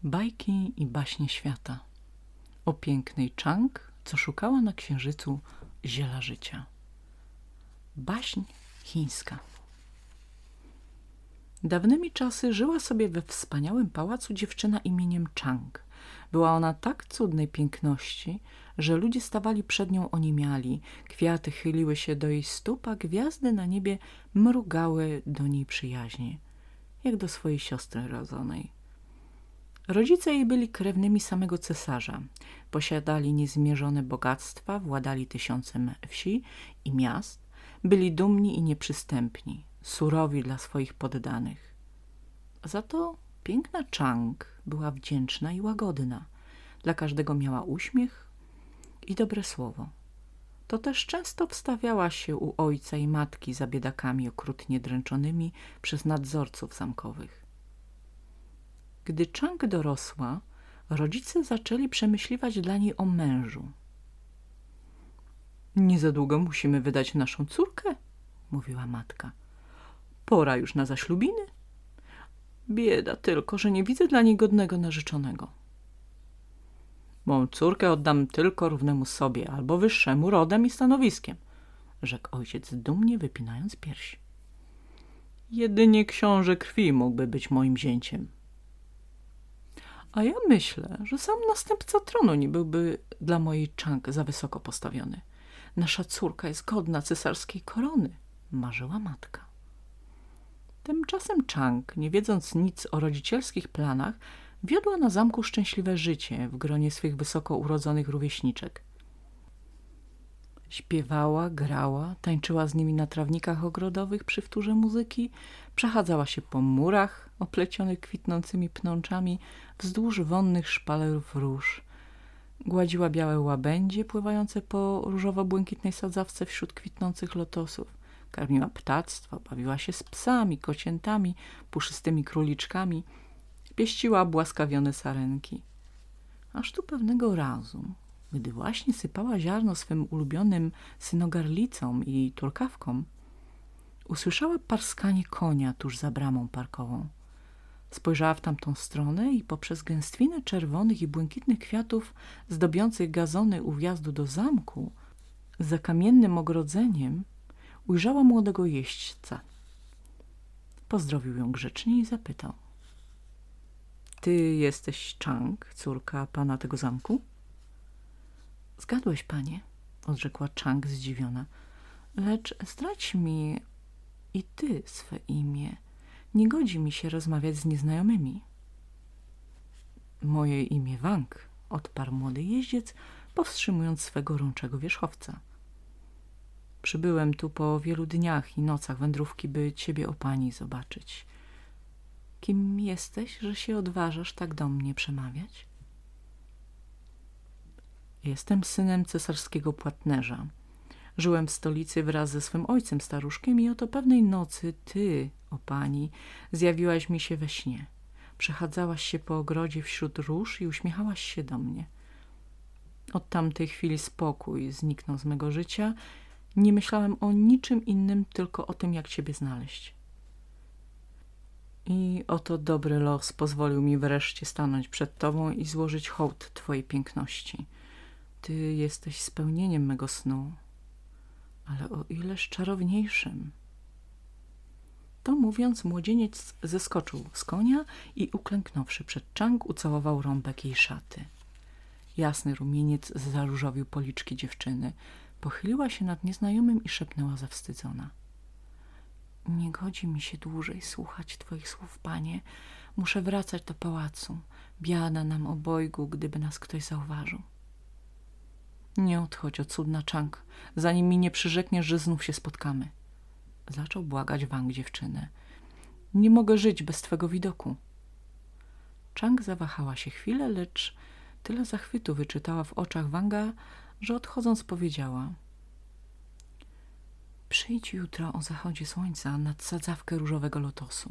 Bajki i baśnie świata. O pięknej Chang, co szukała na księżycu ziela życia. Baśń chińska. Dawnymi czasy żyła sobie we wspaniałym pałacu dziewczyna imieniem Chang. Była ona tak cudnej piękności, że ludzie stawali przed nią oniemiali, kwiaty chyliły się do jej stóp, a gwiazdy na niebie mrugały do niej przyjaźnie, jak do swojej siostry rodzonej. Rodzice jej byli krewnymi samego cesarza. Posiadali niezmierzone bogactwa, władali 1000 wsi i miast, byli dumni i nieprzystępni, surowi dla swoich poddanych. Za to piękna Chang była wdzięczna i łagodna. Dla każdego miała uśmiech i dobre słowo. To też często wstawiała się u ojca i matki za biedakami okrutnie dręczonymi przez nadzorców zamkowych. Gdy Chang dorosła, rodzice zaczęli przemyśliwać dla niej o mężu. Nie za długo musimy wydać naszą córkę, mówiła matka. Pora już na zaślubiny. Bieda tylko, że nie widzę dla niej godnego narzeczonego. Mą córkę oddam tylko równemu sobie albo wyższemu rodem i stanowiskiem, rzekł ojciec dumnie, wypinając piersi. Jedynie książę krwi mógłby być moim zięciem. A ja myślę, że sam następca tronu nie byłby dla mojej Chang za wysoko postawiony. Nasza córka jest godna cesarskiej korony, marzyła matka. Tymczasem Chang, nie wiedząc nic o rodzicielskich planach, wiodła na zamku szczęśliwe życie w gronie swych wysoko urodzonych rówieśniczek. Śpiewała, grała, tańczyła z nimi na trawnikach ogrodowych przy wtórze muzyki, przechadzała się po murach oplecionych kwitnącymi pnączami wzdłuż wonnych szpalerów róż. Gładziła białe łabędzie pływające po różowo-błękitnej sadzawce wśród kwitnących lotosów. Karmiła ptactwo, bawiła się z psami, kociętami, puszystymi króliczkami. Pieściła błaskawione sarenki. Aż tu pewnego razu, gdy właśnie sypała ziarno swym ulubionym synogarlicom i turkawkom, usłyszała parskanie konia tuż za bramą parkową. Spojrzała w tamtą stronę i poprzez gęstwinę czerwonych i błękitnych kwiatów zdobiących gazony u wjazdu do zamku, za kamiennym ogrodzeniem ujrzała młodego jeźdźca. Pozdrowił ją grzecznie i zapytał. Ty jesteś Chang, córka pana tego zamku? Zgadłeś, panie, odrzekła Chang zdziwiona. Lecz zdradź mi i ty swe imię. Nie godzi mi się rozmawiać z nieznajomymi. Moje imię Wang, odparł młody jeździec, powstrzymując swego gorączego wierzchowca. Przybyłem tu po wielu dniach i nocach wędrówki, by ciebie, o pani, zobaczyć. Kim jesteś, że się odważasz tak do mnie przemawiać? Jestem synem cesarskiego płatnerza. Żyłem w stolicy wraz ze swym ojcem staruszkiem i oto pewnej nocy ty, o pani, zjawiłaś mi się we śnie. Przechadzałaś się po ogrodzie wśród róż i uśmiechałaś się do mnie. Od tamtej chwili spokój zniknął z mego życia. Nie myślałem o niczym innym, tylko o tym, jak ciebie znaleźć. I oto dobry los pozwolił mi wreszcie stanąć przed tobą i złożyć hołd twojej piękności. Ty jesteś spełnieniem mego snu, ale o ileż czarowniejszym. To mówiąc, młodzieniec zeskoczył z konia i uklęknąwszy przed Chang, ucałował rąbek jej szaty. Jasny rumieniec zaróżowił policzki dziewczyny. Pochyliła się nad nieznajomym i szepnęła zawstydzona. Nie godzi mi się dłużej słuchać twoich słów, panie. Muszę wracać do pałacu. Biada nam obojgu, gdyby nas ktoś zauważył. Nie odchodź, o cudna Chang, zanim mi nie przyrzekniesz, że znów się spotkamy. Zaczął błagać Wang dziewczynę. Nie mogę żyć bez twego widoku. Chang zawahała się chwilę, lecz tyle zachwytu wyczytała w oczach Wanga, że odchodząc powiedziała. Przyjdź jutro o zachodzie słońca nad sadzawkę różowego lotosu.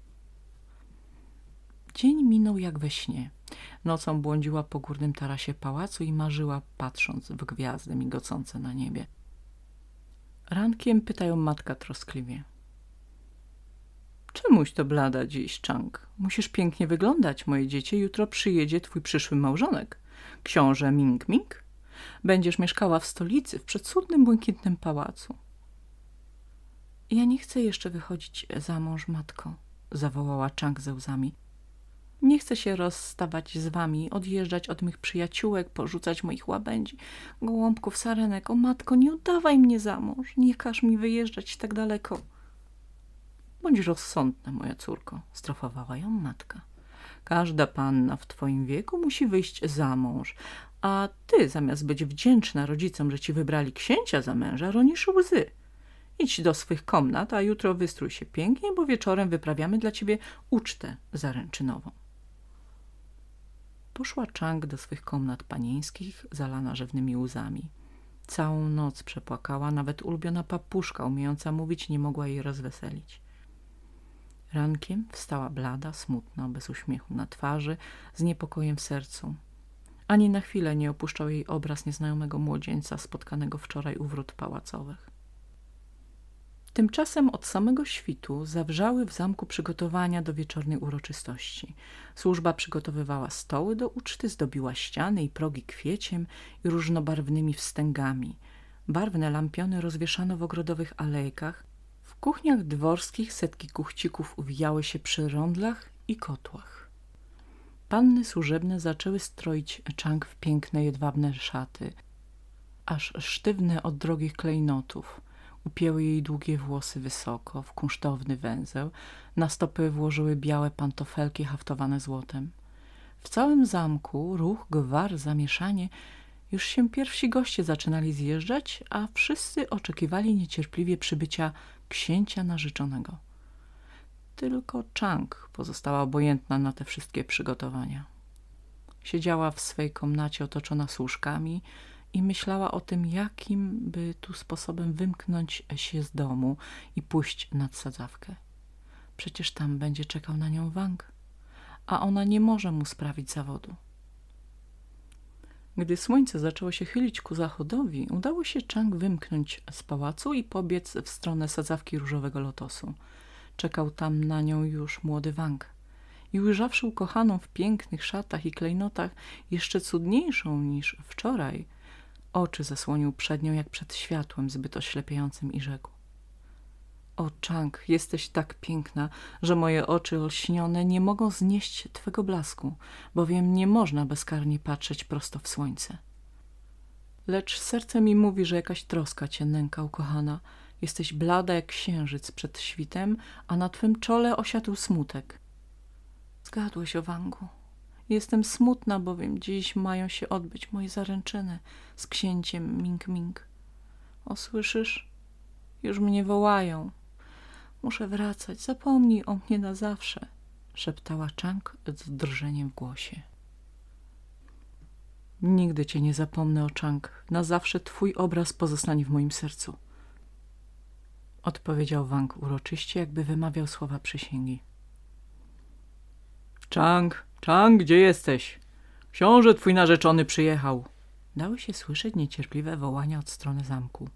Dzień minął jak we śnie. Nocą błądziła po górnym tarasie pałacu i marzyła, patrząc w gwiazdy migocące na niebie. Rankiem pyta ją matka troskliwie. Czemuś to blada dziś, Chang? Musisz pięknie wyglądać, moje dziecię. Jutro przyjedzie twój przyszły małżonek, książę Ming Ming. Będziesz mieszkała w stolicy, w przecudnym, błękitnym pałacu. Ja nie chcę jeszcze wychodzić za mąż, matko, zawołała Chang ze łzami. Nie chcę się rozstawać z wami, odjeżdżać od mych przyjaciółek, porzucać moich łabędzi, gołąbków, sarenek. O matko, nie oddawaj mnie za mąż, nie każ mi wyjeżdżać tak daleko. Bądź rozsądna, moja córko, strofowała ją matka. Każda panna w twoim wieku musi wyjść za mąż, a ty zamiast być wdzięczna rodzicom, że ci wybrali księcia za męża, ronisz łzy. Idź do swych komnat, a jutro wystrój się pięknie, bo wieczorem wyprawiamy dla ciebie ucztę zaręczynową. Poszła Chang do swych komnat panieńskich, zalana rzewnymi łzami. Całą noc przepłakała, nawet ulubiona papuszka umiejąca mówić nie mogła jej rozweselić. Rankiem wstała blada, smutna, bez uśmiechu na twarzy, z niepokojem w sercu. Ani na chwilę nie opuszczał jej obraz nieznajomego młodzieńca spotkanego wczoraj u wrót pałacowych. Tymczasem od samego świtu zawrzały w zamku przygotowania do wieczornej uroczystości. Służba przygotowywała stoły do uczty, zdobiła ściany i progi kwieciem i różnobarwnymi wstęgami. Barwne lampiony rozwieszano w ogrodowych alejkach. W kuchniach dworskich setki kuchcików uwijały się przy rondlach i kotłach. Panny służebne zaczęły stroić Chang w piękne jedwabne szaty, aż sztywne od drogich klejnotów. Upięły jej długie włosy wysoko, w kunsztowny węzeł, na stopy włożyły białe pantofelki haftowane złotem. W całym zamku ruch, gwar, zamieszanie. Już się pierwsi goście zaczynali zjeżdżać, a wszyscy oczekiwali niecierpliwie przybycia księcia narzeczonego. Tylko Chang pozostała obojętna na te wszystkie przygotowania. Siedziała w swej komnacie otoczona służkami i myślała o tym, jakim by tu sposobem wymknąć się z domu i pójść nad sadzawkę. Przecież tam będzie czekał na nią Wang, a ona nie może mu sprawić zawodu. Gdy słońce zaczęło się chylić ku zachodowi, udało się Chang wymknąć z pałacu i pobiec w stronę sadzawki różowego lotosu. Czekał tam na nią już młody Wang. I ujrzawszy ukochaną w pięknych szatach i klejnotach, jeszcze cudniejszą niż wczoraj, oczy zasłonił przed nią jak przed światłem zbyt oślepiającym i rzekł: O Chang, jesteś tak piękna, że moje oczy olśnione nie mogą znieść twego blasku, bowiem nie można bezkarnie patrzeć prosto w słońce. Lecz serce mi mówi, że jakaś troska cię nęka, ukochana. Jesteś blada jak księżyc przed świtem, a na twym czole osiadł smutek. Zgadłeś, o Wangu. Jestem smutna, bowiem dziś mają się odbyć moje zaręczyny z księciem Ming Ming. O, słyszysz? Już mnie wołają. Muszę wracać, zapomnij o mnie na zawsze, szeptała Chang z drżeniem w głosie. Nigdy cię nie zapomnę, o Chang. Na zawsze twój obraz pozostanie w moim sercu, odpowiedział Wang uroczyście, jakby wymawiał słowa przysięgi. Chang, Chang, gdzie jesteś? Książę twój narzeczony przyjechał. Dały się słyszeć niecierpliwe wołania od strony zamku.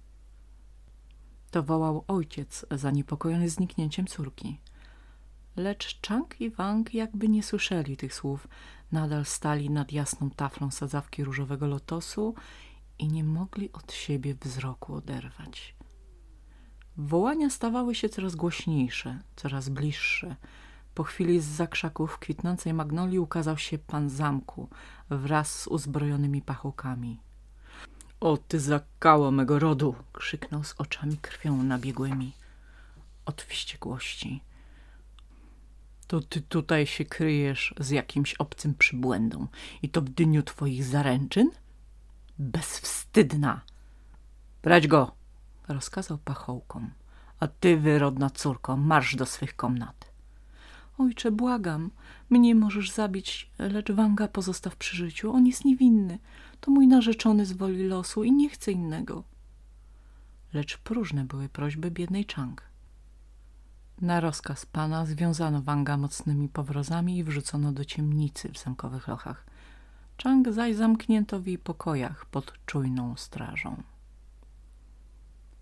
To wołał ojciec, zaniepokojony zniknięciem córki. Lecz Chang i Wang jakby nie słyszeli tych słów. Nadal stali nad jasną taflą sadzawki różowego lotosu i nie mogli od siebie wzroku oderwać. Wołania stawały się coraz głośniejsze, coraz bliższe. Po chwili zza krzaków kwitnącej magnolii ukazał się pan zamku wraz z uzbrojonymi pachołkami. O ty zakało mego rodu! Krzyknął z oczami krwią nabiegłymi od wściekłości. To ty tutaj się kryjesz z jakimś obcym przybłędą i to w dniu twoich zaręczyn? Bezwstydna! Brać go! Rozkazał pachołkom. A ty, wyrodna córko, marsz do swych komnat. Ojcze, błagam, mnie możesz zabić, lecz Wanga pozostaw przy życiu. On jest niewinny. To mój narzeczony z woli losu i nie chce innego. Lecz próżne były prośby biednej Chang. Na rozkaz pana związano Wanga mocnymi powrozami i wrzucono do ciemnicy w zamkowych lochach. Chang zaś zamknięto w jej pokojach pod czujną strażą.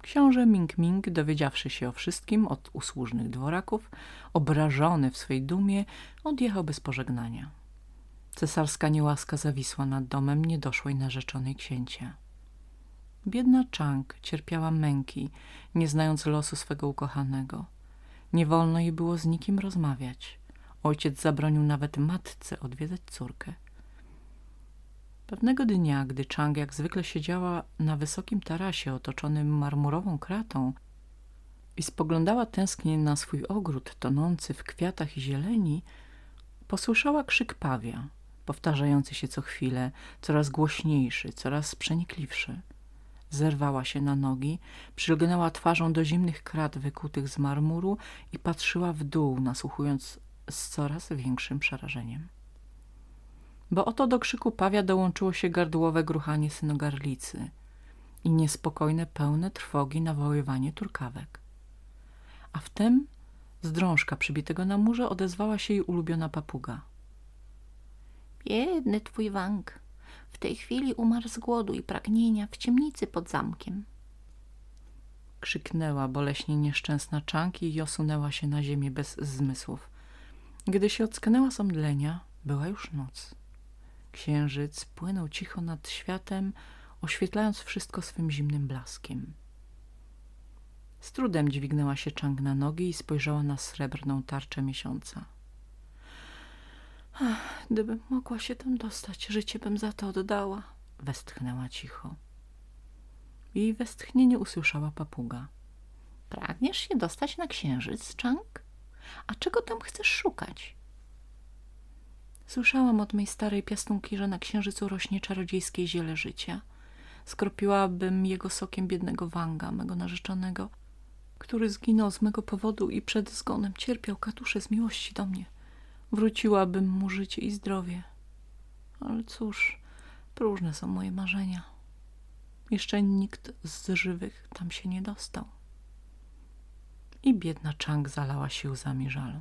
Książę Ming-Ming, dowiedziawszy się o wszystkim od usłużnych dworaków, obrażony w swej dumie, odjechał bez pożegnania. Cesarska niełaska zawisła nad domem niedoszłej narzeczonej księcia. Biedna Chang cierpiała męki, nie znając losu swego ukochanego. Nie wolno jej było z nikim rozmawiać. Ojciec zabronił nawet matce odwiedzać córkę. Pewnego dnia, gdy Chang jak zwykle siedziała na wysokim tarasie otoczonym marmurową kratą i spoglądała tęsknie na swój ogród tonący w kwiatach i zieleni, posłyszała krzyk pawia, powtarzający się co chwilę, coraz głośniejszy, coraz przenikliwszy. Zerwała się na nogi, przylgnęła twarzą do zimnych krat wykutych z marmuru i patrzyła w dół, nasłuchując z coraz większym przerażeniem. Bo oto do krzyku pawia dołączyło się gardłowe gruchanie synogarlicy i niespokojne, pełne trwogi nawoływanie turkawek. A wtem z drążka przybitego na murze odezwała się jej ulubiona papuga. Biedny twój Wang, w tej chwili umarł z głodu i pragnienia w ciemnicy pod zamkiem. Krzyknęła boleśnie nieszczęsna Chang i osunęła się na ziemię bez zmysłów. Gdy się ocknęła z omdlenia, była już noc. Księżyc płynął cicho nad światem, oświetlając wszystko swym zimnym blaskiem. Z trudem dźwignęła się Chang na nogi i spojrzała na srebrną tarczę miesiąca. Gdybym mogła się tam dostać, życie bym za to oddała, westchnęła cicho. Jej westchnienie usłyszała papuga. Pragniesz się dostać na księżyc, Chang? A czego tam chcesz szukać? Słyszałam od mej starej piastunki, że na księżycu rośnie czarodziejskie ziele życia. Skropiłabym jego sokiem biednego Wanga, mego narzeczonego, który zginął z mego powodu i przed zgonem cierpiał katusze z miłości do mnie. Wróciłabym mu życie i zdrowie. Ale cóż, próżne są moje marzenia. Jeszcze nikt z żywych tam się nie dostał. I biedna Chang zalała się łzami żalu.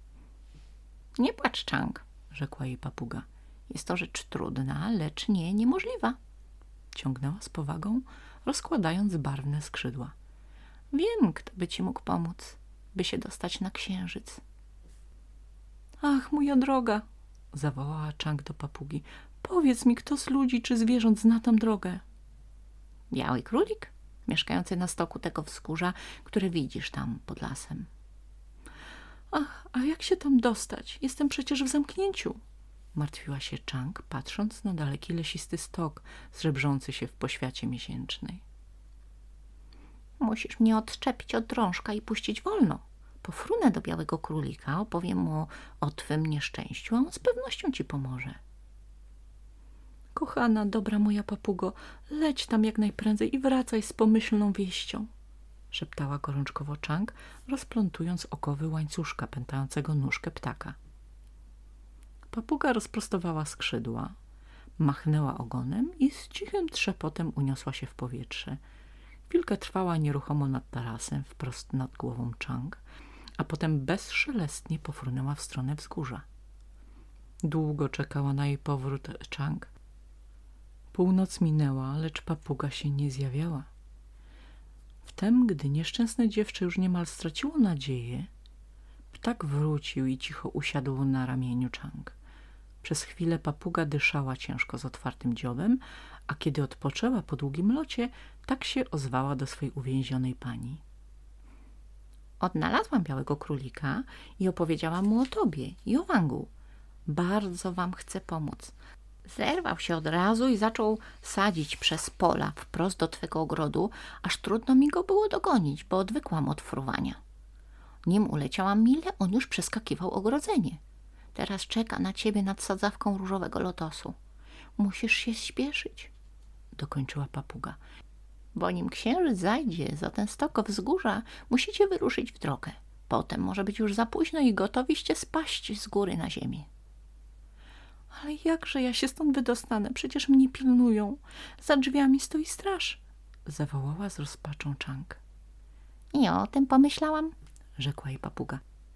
Nie płacz, Chang, rzekła jej papuga. Jest to rzecz trudna, lecz nie niemożliwa. Ciągnęła z powagą, rozkładając barwne skrzydła. Wiem, kto by ci mógł pomóc, by się dostać na księżyc. Ach, moja droga, zawołała Chang do papugi. Powiedz mi, kto z ludzi czy zwierząt zna tam drogę? Biały królik, mieszkający na stoku tego wzgórza, które widzisz tam pod lasem. Ach, a jak się tam dostać? Jestem przecież w zamknięciu. Martwiła się Chang, patrząc na daleki lesisty stok, żebrzący się w poświacie miesięcznej. Musisz mnie odczepić od drążka i puścić wolno. Pofrunę do białego królika, opowiem mu o twym nieszczęściu, a on z pewnością ci pomoże. Kochana, dobra moja papugo, leć tam jak najprędzej i wracaj z pomyślną wieścią, szeptała gorączkowo Chang, rozplątując okowy łańcuszka pętającego nóżkę ptaka. Papuga rozprostowała skrzydła, machnęła ogonem i z cichym trzepotem uniosła się w powietrze. Chwilkę trwała nieruchomo nad tarasem, wprost nad głową Chang, a potem bezszelestnie pofrunęła w stronę wzgórza. Długo czekała na jej powrót Chang. Północ minęła, lecz papuga się nie zjawiała. Wtem, gdy nieszczęsne dziewczę już niemal straciło nadzieję, ptak wrócił i cicho usiadł na ramieniu Chang. Przez chwilę papuga dyszała ciężko z otwartym dziobem, a kiedy odpoczęła po długim locie, tak się ozwała do swej uwięzionej pani. Odnalazłam białego królika i opowiedziałam mu o tobie i o Wangu. Bardzo wam chcę pomóc. Zerwał się od razu i zaczął sadzić przez pola wprost do twego ogrodu, aż trudno mi go było dogonić, bo odwykłam od fruwania. Nim uleciałam milę, on już przeskakiwał ogrodzenie. Teraz czeka na ciebie nad sadzawką różowego lotosu. Musisz się śpieszyć, dokończyła papuga, bo nim księżyc zajdzie za ten stok wzgórza, musicie wyruszyć w drogę. Potem może być już za późno i gotowiście spaść z góry na ziemię. Ale jakże ja się stąd wydostanę? Przecież mnie pilnują. Za drzwiami stoi straż, zawołała z rozpaczą Chang. I o tym pomyślałam, rzekła jej papuga.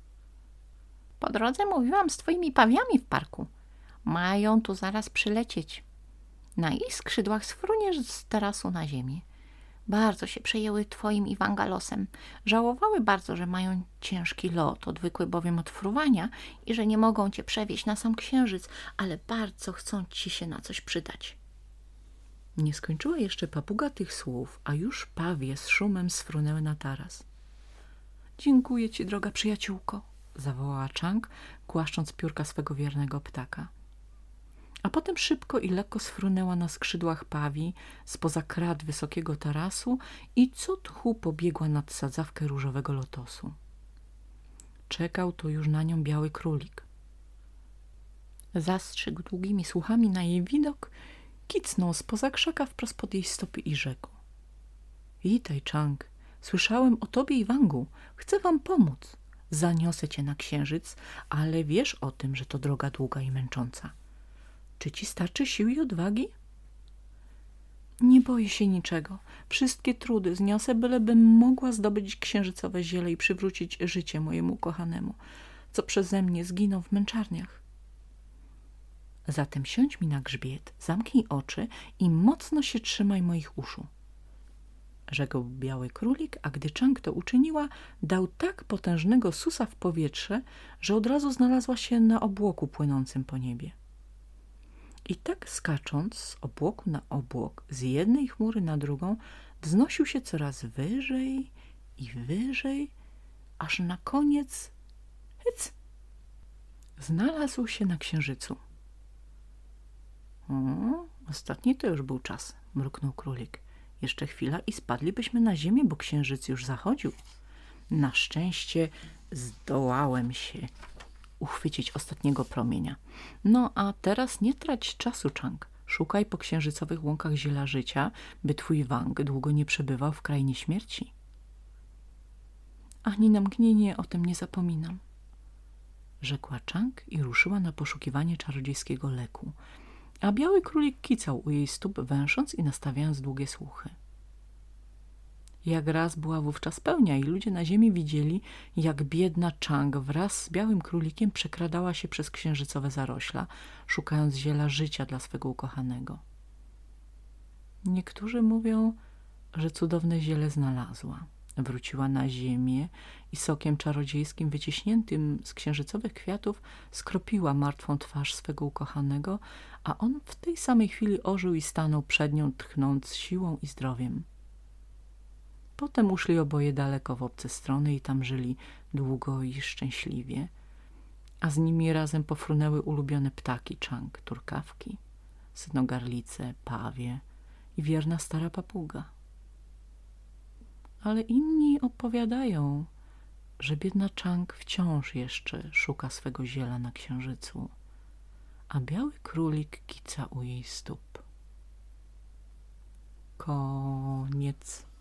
Po drodze mówiłam z twoimi pawiami w parku. Mają tu zaraz przylecieć. Na ich skrzydłach sfruniesz z tarasu na ziemię. bardzo się przejęły twoim i Wanga losem. Żałowały bardzo, że mają ciężki lot, odwykły bowiem od fruwania i że nie mogą cię przewieźć na sam księżyc, ale bardzo chcą ci się na coś przydać. Nie skończyła jeszcze papuga tych słów, a już pawie z szumem sfrunęły na taras. Dziękuję ci, droga przyjaciółko, zawołała Chang, głaszcząc piórka swego wiernego ptaka. A potem szybko i lekko sfrunęła na skrzydłach pawi spoza krat wysokiego tarasu i co tchu pobiegła nad sadzawkę różowego lotosu. Czekał tu już na nią biały królik. Zastrzygł długimi słuchami na jej widok, kicnął spoza krzaka wprost pod jej stopy i rzekł. Witaj, Chang. Słyszałem o tobie i Wangu. Chcę wam pomóc. Zaniosę cię na księżyc, ale wiesz o tym, że to droga długa i męcząca. Czy ci starczy sił i odwagi? Nie boję się niczego. Wszystkie trudy zniosę, bylebym mogła zdobyć księżycowe ziele i przywrócić życie mojemu kochanemu, co przeze mnie zginął w męczarniach. Zatem siądź mi na grzbiet, zamknij oczy i mocno się trzymaj moich uszu. Rzekł biały królik, a gdy Chang to uczyniła, dał tak potężnego susa w powietrze, że od razu znalazła się na obłoku płynącym po niebie. I tak skacząc z obłoku na obłok, z jednej chmury na drugą, wznosił się coraz wyżej i wyżej, aż na koniec, hyc, znalazł się na księżycu. Ostatni to już był czas, mruknął królik. Jeszcze chwila i spadlibyśmy na ziemię, bo księżyc już zachodził. Na szczęście zdołałem się uchwycić ostatniego promienia. No a teraz nie trać czasu, Chang. Szukaj po księżycowych łąkach ziela życia, by twój Wang długo nie przebywał w krainie śmierci. Ani na mgnienie o tym nie zapominam, rzekła Chang i ruszyła na poszukiwanie czarodziejskiego leku, a biały królik kicał u jej stóp, węsząc i nastawiając długie słuchy. Jak raz była wówczas pełnia i ludzie na ziemi widzieli, jak biedna Chang wraz z białym królikiem przekradała się przez księżycowe zarośla, szukając ziela życia dla swego ukochanego. Niektórzy mówią, że cudowne ziele znalazła. Wróciła na ziemię i sokiem czarodziejskim wyciśniętym z księżycowych kwiatów skropiła martwą twarz swego ukochanego, a on w tej samej chwili ożył i stanął przed nią, tchnąc siłą i zdrowiem. Potem uszli oboje daleko w obce strony i tam żyli długo i szczęśliwie, a z nimi razem pofrunęły ulubione ptaki Chang, turkawki, synogarlice, pawie i wierna stara papuga. Ale inni opowiadają, że biedna Chang wciąż jeszcze szuka swego ziela na księżycu, a biały królik kica u jej stóp. Koniec.